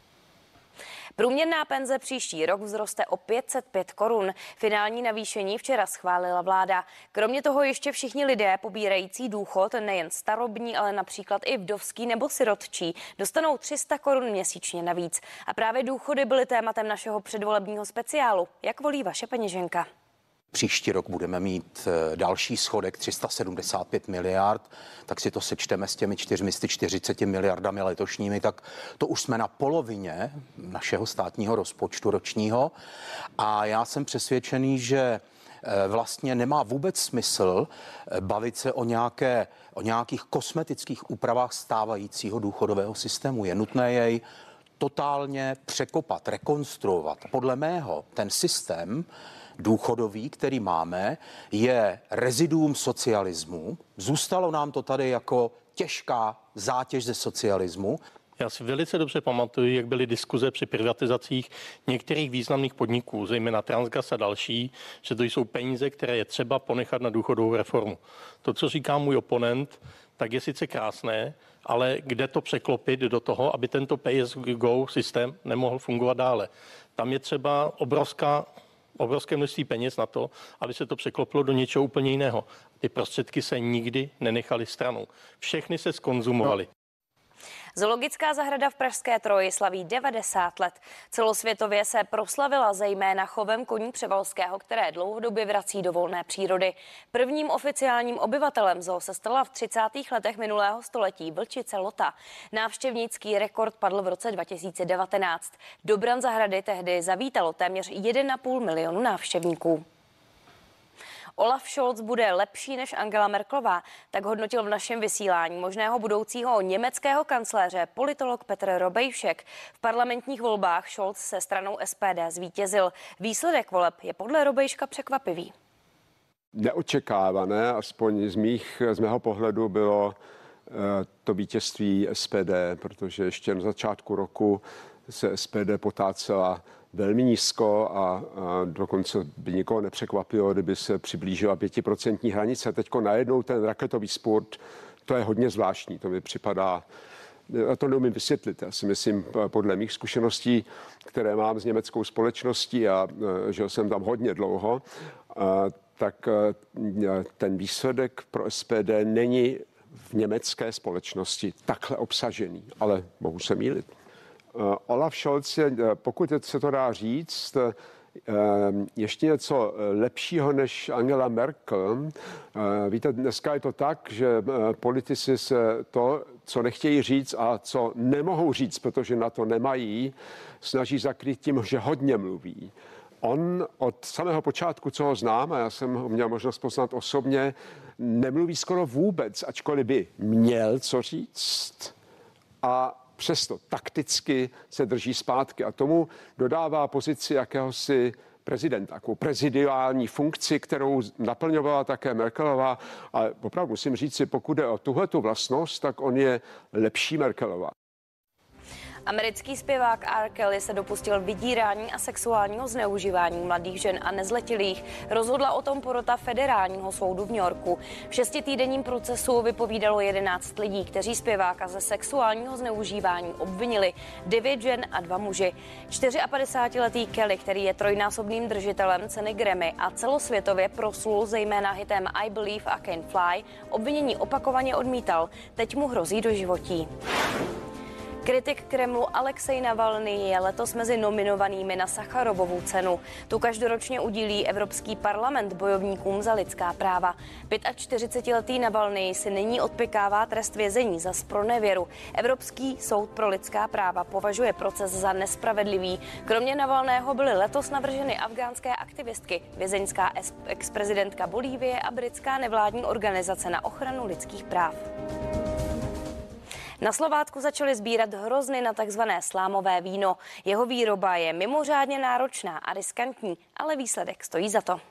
Průměrná penze příští rok vzroste o pět set pět korun. Finální navýšení včera schválila vláda. Kromě toho ještě všichni lidé pobírající důchod, nejen starobní, ale například i vdovský nebo sirotčí, dostanou tři sta korun měsíčně navíc. A právě důchody byly tématem našeho předvolebního speciálu. Jak volí vaše peněženka? Příští rok budeme mít další schodek tři sta sedmdesát pět miliard, tak si to sečteme s těmi čtyřmi sty čtyřiceti miliardami letošními, tak to už jsme na polovině našeho státního rozpočtu ročního. A já jsem přesvědčený, že vlastně nemá vůbec smysl bavit se o, nějaké, o nějakých kosmetických úpravách stávajícího důchodového systému. Je nutné jej totálně překopat, rekonstruovat. Podle mého ten systém důchodový, který máme, je reziduum socialismu. Zůstalo nám to tady jako těžká zátěž ze socialismu. Já si velice dobře pamatuju, jak byly diskuze při privatizacích některých významných podniků, zejména Transgas a další, že to jsou peníze, které je třeba ponechat na důchodovou reformu. To, co říká můj oponent, tak je sice krásné, ale kde to překlopit do toho, aby tento pay as go systém nemohl fungovat dále. Tam je třeba obrovská obrovské množství peněz na to, aby se to překlopilo do něčeho úplně jiného. Ty prostředky se nikdy nenechaly stranou. Všechny se skonzumovaly. Zoologická zahrada v Pražské Troji slaví devadesát let. Celosvětově se proslavila zejména chovem koní převalského, které dlouhodobě vrací do volné přírody. Prvním oficiálním obyvatelem zoo se stala v třicátých letech minulého století vlčice Lota. Návštěvnický rekord padl v roce dva tisíce devatenáct. Do bran zahrady tehdy zavítalo téměř jeden a půl milionu návštěvníků. Olaf Scholz bude lepší než Angela Merkelová, tak hodnotil v našem vysílání možného budoucího německého kancléře politolog Petr Robejšek. V parlamentních volbách Scholz se stranou S P D zvítězil. Výsledek voleb je podle Robejška překvapivý. Neočekávané, aspoň z, mých, z mého pohledu bylo to vítězství S P D, protože ještě na začátku roku se S P D potácela velmi nízko a, a dokonce by nikoho nepřekvapilo, kdyby se přiblížila pětiprocentní hranice. Teďko najednou ten raketový sport, to je hodně zvláštní, to mi připadá, já to neumím vysvětlit. Já si myslím, podle mých zkušeností, které mám s německou společností a žil jsem tam hodně dlouho, a, tak ten výsledek pro S P D není v německé společnosti takhle obsažený, ale mohu se mýlit. Olaf Scholz je, pokud se to dá říct, ještě něco lepšího než Angela Merkel. Víte, dneska je to tak, že politici se to, co nechtějí říct a co nemohou říct, protože na to nemají, snaží zakrýt tím, že hodně mluví. On od samého počátku, co ho znám, a já jsem ho měl možnost poznat osobně, nemluví skoro vůbec, ačkoliv by měl co říct. A přesto takticky se drží zpátky a tomu dodává pozici jakéhosi prezidenta, takovou prezidiální funkci, kterou naplňovala také Merkelová. A opravdu musím říct si, pokud jde o tuhletu vlastnost, tak on je lepší Merkelová. Americký zpěvák R. Kelly se dopustil vydírání a sexuálního zneužívání mladých žen a nezletilých. Rozhodla o tom porota federálního soudu v New Yorku. V šestitýdenním procesu vypovídalo jedenáct lidí, kteří zpěváka ze sexuálního zneužívání obvinili. Devět žen a dva muži. padesátčtyřletý Kelly, který je trojnásobným držitelem ceny Grammy a celosvětově proslul zejména hitem I Believe I Can Fly, obvinění opakovaně odmítal. Teď mu hrozí doživotí. Kritik Kremlu Alexej Navalny je letos mezi nominovanými na Sacharovovu cenu. Tu každoročně udílí Evropský parlament bojovníkům za lidská práva. čtyřicetiletý Navalny si nyní odpykává trest vězení za zpronevěru. Evropský soud pro lidská práva považuje proces za nespravedlivý. Kromě Navalného byly letos navrženy afgánské aktivistky, vězeňská exprezidentka Bolívie a britská nevládní organizace na ochranu lidských práv. Na Slovácku začali sbírat hrozny na takzvané slámové víno. Jeho výroba je mimořádně náročná a riskantní, ale výsledek stojí za to.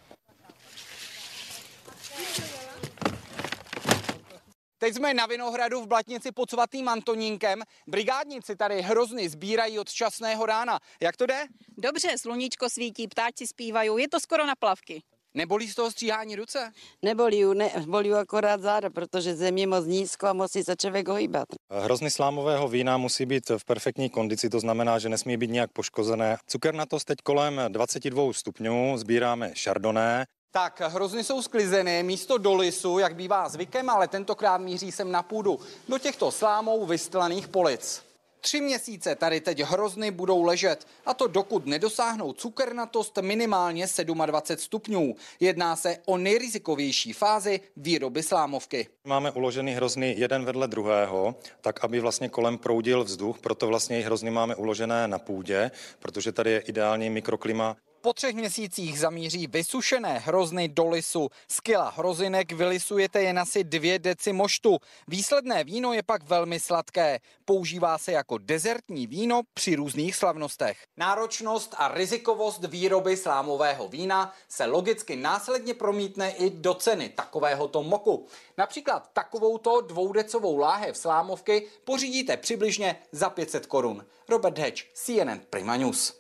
Teď jsme na Vinohradu v Blatnici pod svatým Antonínkem. Brigádníci tady hrozny sbírají od časného rána. Jak to jde? Dobře, sluníčko svítí, ptáci zpívají, je to skoro na plavky. Nebolí z toho stříhání ruce? Nebolí, ne, bolí akorát záda, protože zem je moc nízko a musí se člověk hýbat. Hrozny slámového vína musí být v perfektní kondici, to znamená, že nesmí být nějak poškozené. Cukernatost teď kolem dvacet dva stupňů, sbíráme chardonnay. Tak, hrozny jsou sklizeny místo do lisu, jak bývá zvykem, ale tentokrát míří sem na půdu, do těchto slámou vystlaných polic. Tři měsíce tady teď hrozny budou ležet, a to dokud nedosáhnou cukernatost minimálně dvacet sedm stupňů. Jedná se o nejrizikovější fázi výroby slámovky. Máme uložený hrozny jeden vedle druhého, tak aby vlastně kolem proudil vzduch, proto vlastně i hrozny máme uložené na půdě, protože tady je ideální mikroklima. Po třech měsících zamíří vysušené hrozny do lisu. Z kila hrozinek vylisujete jen asi dvě deci moštu. Výsledné víno je pak velmi sladké. Používá se jako dezertní víno při různých slavnostech. Náročnost a rizikovost výroby slámového vína se logicky následně promítne i do ceny takovéhoto moku. Například takovouto dvoudecovou láhev slámovky pořídíte přibližně za pět set korun. Robert Heč, C N N Prima News.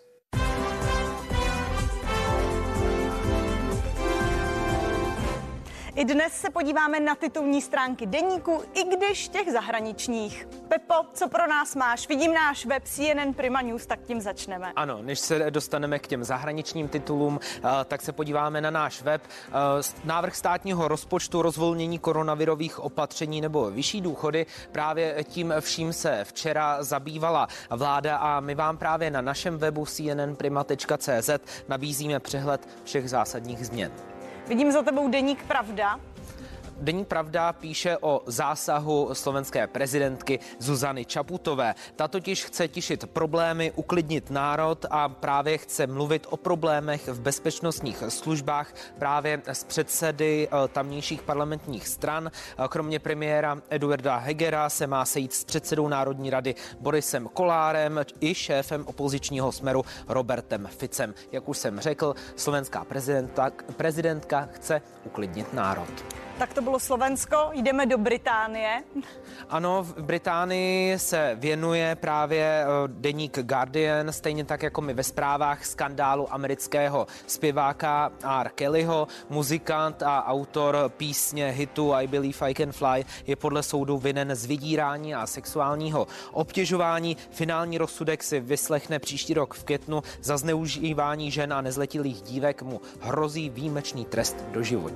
I dnes se podíváme na titulní stránky deníku, i když těch zahraničních. Pepo, co pro nás máš? Vidím náš web C N N Prima News, tak tím začneme. Ano, než se dostaneme k těm zahraničním titulům, tak se podíváme na náš web. Návrh státního rozpočtu, rozvolnění koronavirových opatření nebo vyšší důchody. Právě tím vším se včera zabývala vláda a my vám právě na našem webu c n n prima tečka c z nabízíme přehled všech zásadních změn. Vidím za tebou deník Pravda. Deník Pravda píše o zásahu slovenské prezidentky Zuzany Čaputové. Ta totiž chce tišit problémy, uklidnit národ a právě chce mluvit o problémech v bezpečnostních službách právě z předsedy tamnějších parlamentních stran. Kromě premiéra Eduarda Hegera se má sejít s předsedou Národní rady Borisem Kolárem i šéfem opozičního Smeru Robertem Ficem. Jak už jsem řekl, slovenská prezidentka, prezidentka chce uklidnit národ. Tak to bylo Slovensko, jdeme do Británie. Ano, v Británii se věnuje právě deník Guardian, stejně tak jako my ve zprávách skandálu amerického zpěváka R. Kellyho. Muzikant a autor písně hitu I Believe I Can Fly je podle soudu vinen z vydírání a sexuálního obtěžování. Finální rozsudek si vyslechne příští rok v květnu. Za zneužívání žen a nezletilých dívek mu hrozí výjimečný trest doživotí.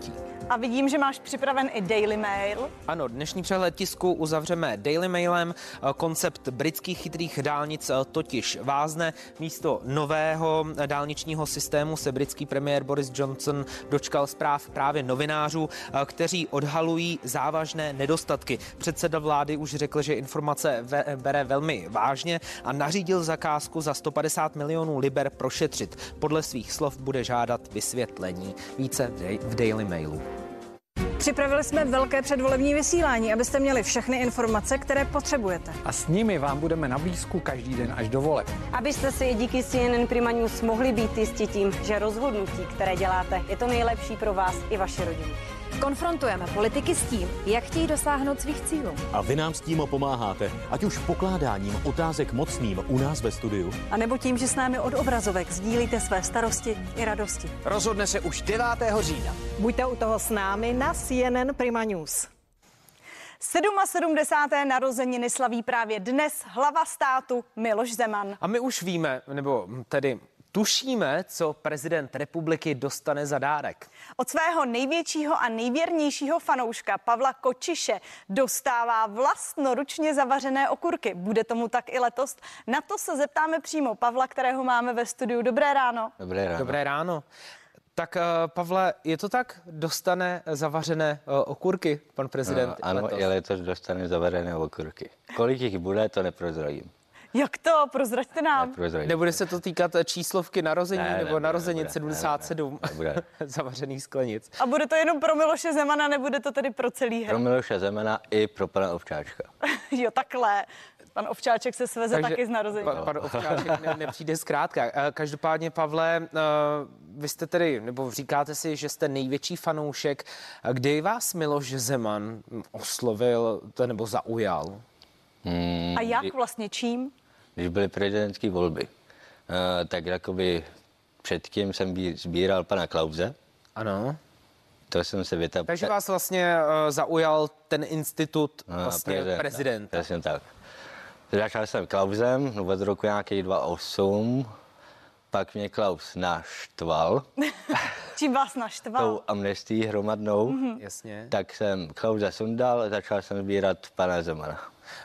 A vidím, že máš připraven i Daily Mail. Ano, dnešní přehled tisku uzavřeme Daily Mailem. Koncept britských chytrých dálnic totiž vázne. Místo nového dálničního systému se britský premiér Boris Johnson dočkal zpráv právě novinářů, kteří odhalují závažné nedostatky. Předseda vlády už řekl, že informace bere velmi vážně a nařídil zakázku za sto padesát milionů liber prošetřit. Podle svých slov bude žádat vysvětlení. Více v Daily Mailu. Připravili jsme velké předvolební vysílání, abyste měli všechny informace, které potřebujete. A s nimi vám budeme na blízku každý den až do voleb. Abyste si díky C N N Prima News mohli být jistí tím, že rozhodnutí, které děláte, je to nejlepší pro vás i vaše rodinu. Konfrontujeme politiky s tím, jak chtějí dosáhnout svých cílů. A vy nám s tím pomáháte, ať už pokládáním otázek mocným u nás ve studiu. A nebo tím, že s námi od obrazovek sdílíte své starosti i radosti. Rozhodne se už devátého října. Buďte u toho s námi na C N N Prima News. sedmdesáté narozeniny slaví právě dnes hlava státu Miloš Zeman. A my už víme, nebo tedy tušíme, co prezident republiky dostane za dárek. Od svého největšího a nejvěrnějšího fanouška Pavla Kočiše dostává vlastnoručně zavařené okurky. Bude tomu tak i letos? Na to se zeptáme přímo Pavla, kterého máme ve studiu. Dobré ráno. Dobré ráno. Dobré ráno. Tak Pavle, je to tak? Dostane zavařené okurky pan prezident? No, ano, letos? i letos dostane zavařené okurky. Kolik jich bude, to neprozradím. Jak to? Prozraďte nám. Neprozradím. Nebude se to týkat číslovky narození ne, nebo nebude, narození nebude, sedmdesát sedm nebude. zavařených sklenic? A bude to jenom pro Miloše Zemana, nebude to tedy pro celý hrad? Pro Miloše Zemana i pro pana Ovčáčka. Jo, takhle. Pan Ovčáček se sveze Takže taky z narození. Pan, pan Ovčáček ne, nepřijde zkrátka. Každopádně, Pavle, vy jste tedy, nebo říkáte si, že jste největší fanoušek. Kdy vás Miloš Zeman oslovil nebo zaujal? Hmm, A jak vlastně, čím? Když byly prezidentské volby, tak jakoby předtím jsem sbíral pana Klause. Ano. To jsem se vytapil. Takže vás vlastně zaujal ten institut vlastně prezident, prezidenta. Přesně tak. Začal jsem Klausem od roku nějaký dva tisíce osm, pak mě Klaus naštval. Čím vás naštval? Tou amnestií hromadnou. Mhm. Jasně. Tak jsem Klause sundal a začal jsem sbírat pana Zemana.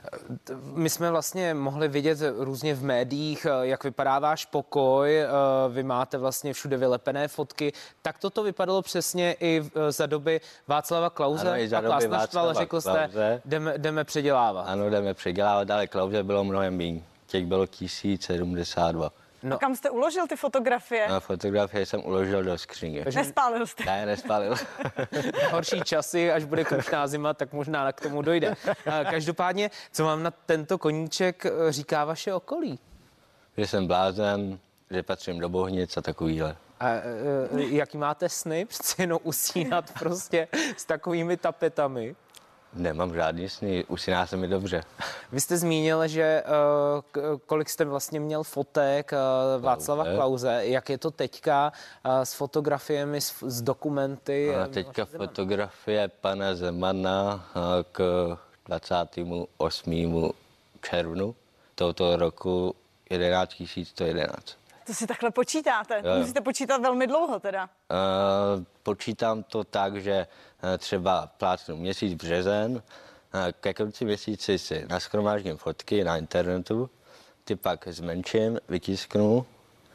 My jsme vlastně mohli vidět různě v médiích, jak vypadá váš pokoj, vy máte vlastně všude vylepené fotky. Tak toto vypadalo přesně i za doby Václava Klause. Ano, i za Pak vás doby naštval, Václava řekl jste, Klause. jdeme, jdeme předělávat. Ano, jdeme předělávat, ale Klause bylo mnohem méně. Těch bylo tisíc sedmdesát dva. No. A kam jste uložil ty fotografie? No, fotografie jsem uložil do skříně. Nespálil jste? Ne, nespálil. Horší časy, až bude krušná zima, tak možná k tomu dojde. Každopádně, co vám na tento koníček říká vaše okolí? Že jsem blázen, že patřím do Bohnic a takovýhle. A jaký máte sny? Přece jenom usínat prostě s takovými tapetami. Nemám žádný sny, usíná se mi dobře. Y jste zmínil, že uh, kolik jste vlastně měl fotek uh, Václava Klause. Jak je to teďka uh, s fotografiemi, s, s dokumenty? A teďka fotografie pana Zemana uh, k dvacátému osmému červnu tohoto roku jedenáct tisíc sto jedenáct. To si takhle počítáte? Jo. Musíte počítat velmi dlouho teda. Uh, počítám to tak, že uh, třeba plácnu měsíc březen, uh, ke konci měsíci si nashromáždím fotky na internetu, ty pak zmenším, vytisknu,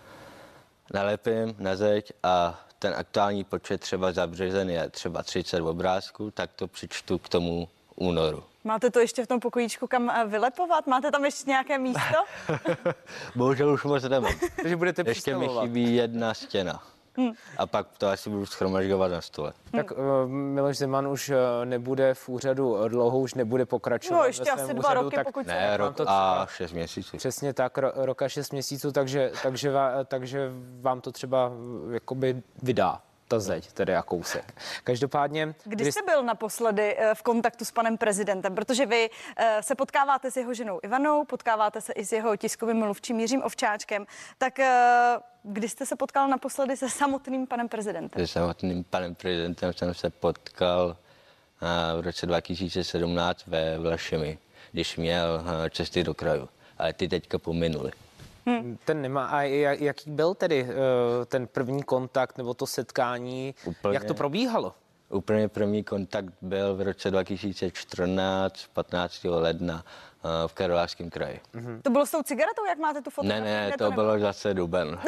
nalepím na zeď a ten aktuální počet třeba za březen je třeba třicet obrázků, tak to přičtu k tomu únoru. Máte to ještě v tom pokojíčku kam vylepovat? Máte tam ještě nějaké místo? Bohužel už moc nemám. Takže budete ještě mi přistavovat. chybí jedna stěna. Hmm. A pak to asi budu shromažďovat na stole. Tak uh, Miloš Zeman už uh, nebude v úřadu dlouho, už nebude pokračovat. No ještě ve svém asi dva úřadu, roky, tak pokud se... Ne, rok to a šest měsíců. Přesně tak, ro, rok a šest měsíců, takže, takže, va, takže vám to třeba jakoby vydá ta zeď, tedy a kousek. Každopádně... Kdy jste byl naposledy v kontaktu s panem prezidentem? Protože vy se potkáváte s jeho ženou Ivanou, potkáváte se i s jeho tiskovým mluvčím Jiřím Ovčáčkem. Tak kdy jste se potkal naposledy se samotným panem prezidentem? Se samotným panem prezidentem jsem se potkal v roce dva tisíce sedmnáct ve Vlašimi, když měl cesty do kraju. Ale ty teďka pominuli. Hmm. Ten nemá. A jaký byl tedy uh, ten první kontakt nebo to setkání? Úplně, jak to probíhalo? Úplně první kontakt byl v roce dva tisíce čtrnáct, patnáctého ledna v Karlovarském kraji. Mm-hmm. To bylo s tou cigaretou, jak máte tu fotografii? Ne, ne, to, to bylo zase duben.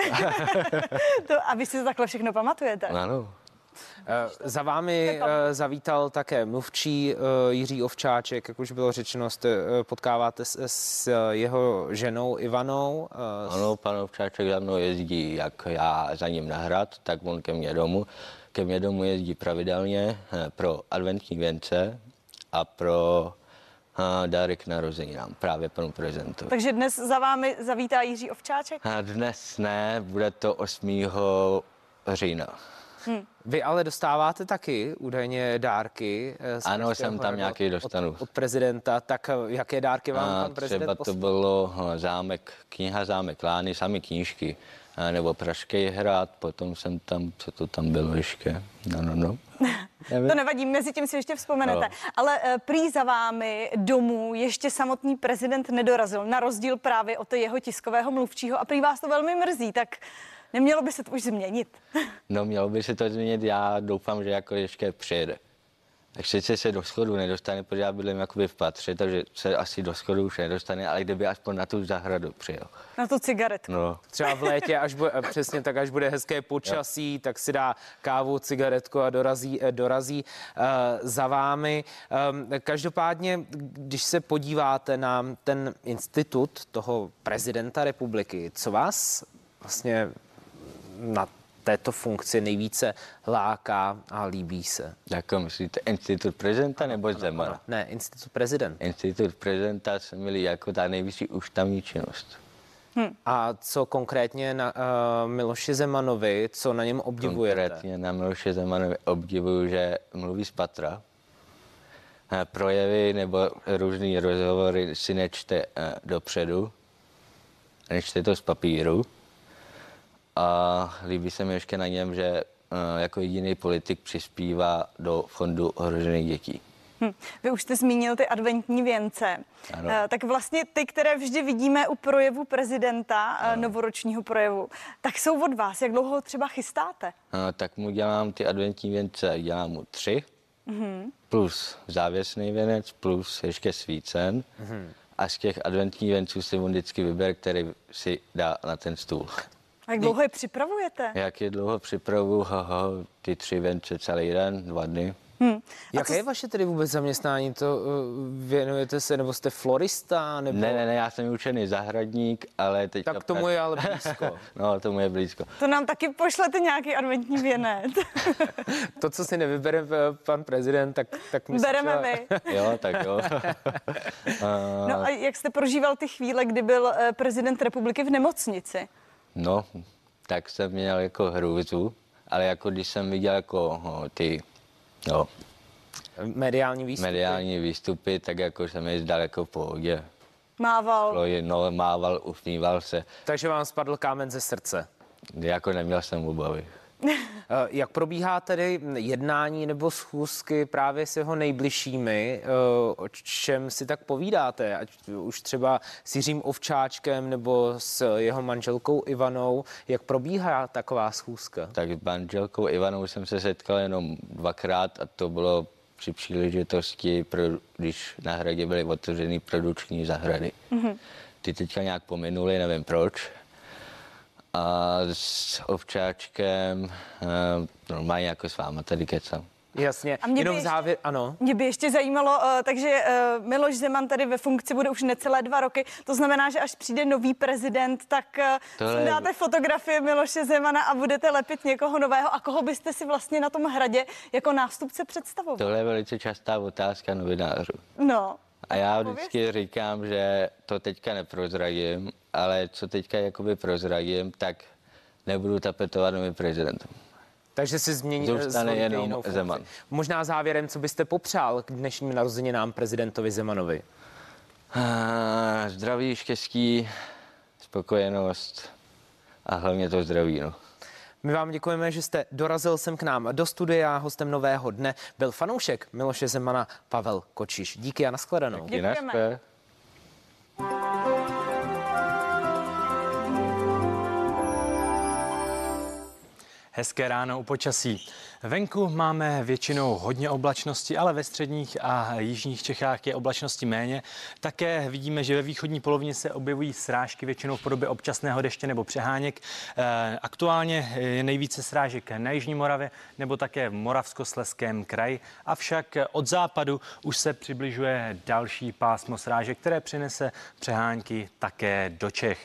To, a vy si to takhle všechno pamatujete? Ano. Za vámi zavítal také mluvčí Jiří Ovčáček, jak už bylo řečeno, jste potkáváte s, s jeho ženou Ivanou. Ano, pan Ovčáček za mnou jezdí, jak já za ním na hrad, tak on ke mně domů. Ke mně domů jezdí pravidelně pro adventní věnce a pro dárek k narozeninám, právě panu prezidentovi. Takže dnes za vámi zavítá Jiří Ovčáček? A dnes ne, bude to osmého října. Hmm. Vy ale dostáváte taky údajně dárky. Ano, jsem tam nějaký dostanu. Od, od prezidenta, tak jaké dárky vám a pan prezident třeba poslal? To bylo zámek, kniha Zámek Lány, sami knížky, nebo Pražský hrad, potom jsem tam, co to tam bylo ještě, no, no, no. To nevadí, mezi tím si ještě vzpomenete. No. Ale uh, prý za vámi domů ještě samotný prezident nedorazil, na rozdíl právě od jeho tiskového mluvčího a prý vás to velmi mrzí, tak nemělo by se to už změnit? No, mělo by se to změnit, já doufám, že jako ještě přijede. Tak sice se do schodu nedostane, protože já bydlím jakoby v patře, takže se asi do schodu už nedostane, ale kdyby aspoň na tu zahradu přijel. Na tu cigaretku. No. Třeba v létě, až bude, přesně tak, až bude hezké počasí, jo. tak si dá kávu, cigaretku a dorazí, dorazí uh, za vámi. Um, každopádně, když se podíváte na ten institut toho prezidenta republiky, co vás vlastně na této funkci nejvíce láká a líbí se? Jako myslíte, institut prezidenta nebo Zemana? Ne, institut prezidenta. Institut prezidenta se mi líbí jako ta nejvyšší ústavní činnost. Hm. A co konkrétně na uh, Miloši Zemanovi, co na něm obdivujete? Konkrétně na Miloši Zemanovi obdivuju, že mluví z patra. Projevy nebo různý rozhovory si nečte uh, dopředu, nečte to z papíru. A líbí se mi ještě na něm, že uh, jako jediný politik přispívá do fondu ohrožených dětí. Hm. Vy už jste zmínil ty adventní věnce. Uh, tak vlastně ty, které vždy vidíme u projevu prezidenta, uh, novoročního projevu, tak jsou od vás. Jak dlouho ho třeba chystáte? Uh, tak mu dělám ty adventní věnce, dělám mu tři, uh-huh. plus závěsný věnec, plus ještě svícen. Uh-huh. A z těch adventních věnců si on vždycky vyber, který si dá na ten stůl. A jak dlouho je připravujete? Jak je dlouho připravuju, haha, ty tři vence celý den, dva dny. Hmm. Jaké co... je vaše tedy vůbec zaměstnání? To uh, věnujete se, nebo jste florista? Nebo... Ne, ne, ne, já jsem učený zahradník, ale teď... Tak tomu je ale blízko. No, tomu je blízko. To nám taky pošlete nějaký adventní věnec. To, co si nevybere pan prezident, tak, tak my bereme třeba... my. Jo, tak jo. No a jak jste prožíval ty chvíle, kdy byl prezident republiky v nemocnici? No, tak jsem měl jako hrůzu, ale jako když jsem viděl jako no, ty no, mediální výstupy. mediální výstupy, tak jako jsem je zdal jako v pohodě. Mával. No, mával, usmíval se. Takže vám spadl kámen ze srdce. Jako neměl jsem obavy. Jak probíhá tedy jednání nebo schůzky právě s jeho nejbližšími? O čem si tak povídáte? Ať už třeba s Jiřím Ovčáčkem nebo s jeho manželkou Ivanou. Jak probíhá taková schůzka? Tak s manželkou Ivanou jsem se setkal jenom dvakrát a to bylo při příležitosti, pro, když na hradě byly otevřeny produkční zahrady. Mm-hmm. Ty teďka nějak pominuli, nevím proč. A s Ovčáčkem normálně jako s váma tady kecám. Jasně, a mě jenom ještě, závěr, ano. Mě by ještě zajímalo, uh, takže uh, Miloš Zeman tady ve funkci bude už necelé dva roky, to znamená, že až přijde nový prezident, tak uh, dáte fotografie Miloše Zemana a budete lepit někoho nového a koho byste si vlastně na tom hradě jako nástupce představoval? Tohle je velice častá otázka novinářů. No. A já vždycky říkám, že to teďka neprozradím, ale co teďka jakoby prozradím, tak nebudu tapetovat novým prezidentem. Takže si změní. Zůstane jenom Zeman. Možná závěrem, co byste popřál k dnešním narozeninám prezidentovi Zemanovi? Ah, zdraví, štěstí, spokojenost a hlavně to zdraví, no. My vám děkujeme, že jste dorazil sem k nám do studia. Hostem Nového dne byl fanoušek Miloše Zemana Pavel Kočiš. Díky a nashledanou. Děkujeme. Hezké ráno u počasí. Venku máme většinou hodně oblačnosti, ale ve středních a jižních Čechách je oblačnosti méně. Také vidíme, že ve východní polovině se objevují srážky většinou v podobě občasného deště nebo přeháněk. Aktuálně je nejvíce srážek na jižní Moravě nebo také v Moravskoslezském kraji. Avšak od západu už se přibližuje další pásmo srážek, které přinese přehánky také do Čech.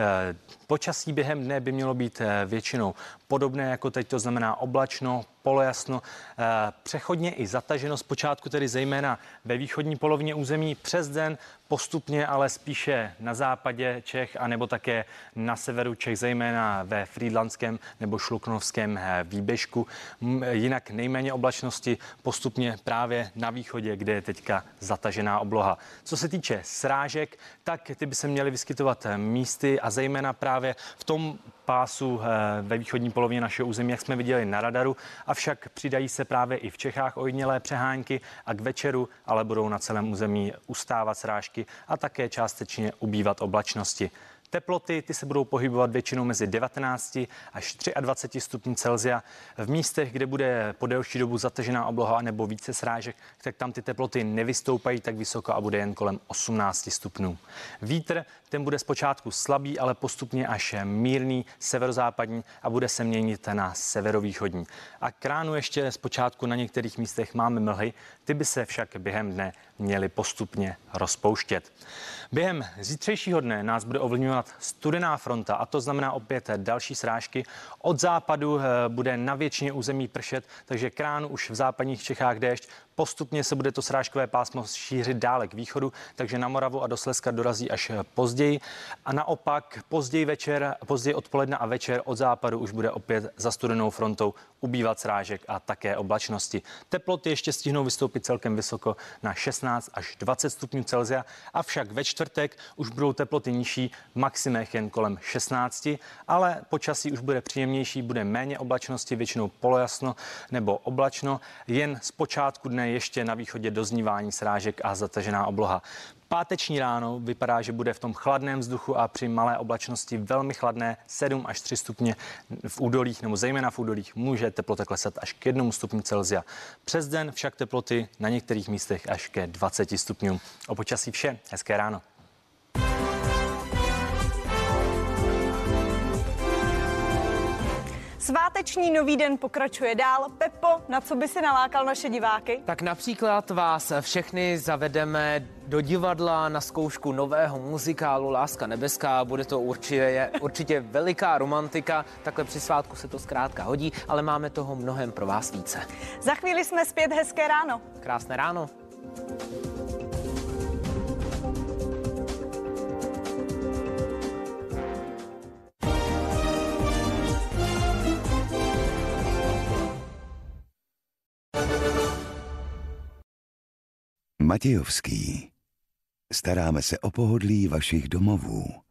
Počasí během dne by mělo být většinou podobné jako teď, to znamená oblačno, polojasno, přechodně i zataženo zpočátku, tedy zejména ve východní polovině území, přes den postupně, ale spíše na západě Čech a nebo také na severu Čech, zejména ve Frýdlantském nebo Šluknovském výběžku. Jinak nejméně oblačnosti postupně právě na východě, kde je teďka zatažená obloha. Co se týče srážek, tak ty by se měly vyskytovat místy a zejména právě v tom pásu ve východní polovině našeho území, jak jsme viděli na radaru, avšak přidají se právě i v Čechách ojedinělé přehánky a k večeru ale budou na celém území ustávat srážky a také částečně ubývat oblačnosti. Teploty ty se budou pohybovat většinou mezi devatenácti až dvaceti třemi stupni Celsia. V místech, kde bude po delší dobu zatažená obloha nebo více srážek, tak tam ty teploty nevystoupají tak vysoko a bude jen kolem osmnácti stupňů. Vítr ten bude zpočátku slabý, ale postupně až mírný severozápadní a bude se měnit na severovýchodní. A k ránu ještě zpočátku na některých místech máme mlhy, ty by se však během dne měly postupně rozpouštět. Během zítřejšího dne nás bude ovlivňovat studená fronta a to znamená opět další srážky. Od západu bude na většině území pršet, takže k ránu už v západních Čechách déšť. Postupně se bude to srážkové pásmo šířit dále k východu, takže na Moravu a do Slezska dorazí až později. A naopak později večer, později odpoledne a večer od západu už bude opět za studenou frontou ubývat srážek a také oblačnosti. Teploty ještě stihnou vystoupit celkem vysoko na šestnáct až dvacet stupňů Celsia, avšak ve čtvrtek už budou teploty nižší, v maximech jen kolem šestnácti, ale počasí už bude příjemnější, bude méně oblačnosti, většinou polojasno nebo oblačno, jen z počátku dne ještě na východě doznívání srážek a zatažená obloha. Páteční ráno vypadá, že bude v tom chladném vzduchu a při malé oblačnosti velmi chladné, sedm až tři stupně v údolích nebo zejména v údolích může teplota klesat až k jednomu stupni Celsia. Přes den však teploty na některých místech až ke dvaceti stupňům. O počasí vše, hezké ráno. Sváteční nový den pokračuje dál. Pepo, na co by si nalákal naše diváky? Tak například vás všechny zavedeme do divadla na zkoušku nového muzikálu Láska nebeská. Bude to určitě, určitě veliká romantika. Takhle při svátku se to zkrátka hodí, ale máme toho mnohem pro vás více. Za chvíli jsme zpět, hezké ráno. Krásné ráno. Matějovský. Staráme se o pohodlí vašich domovů.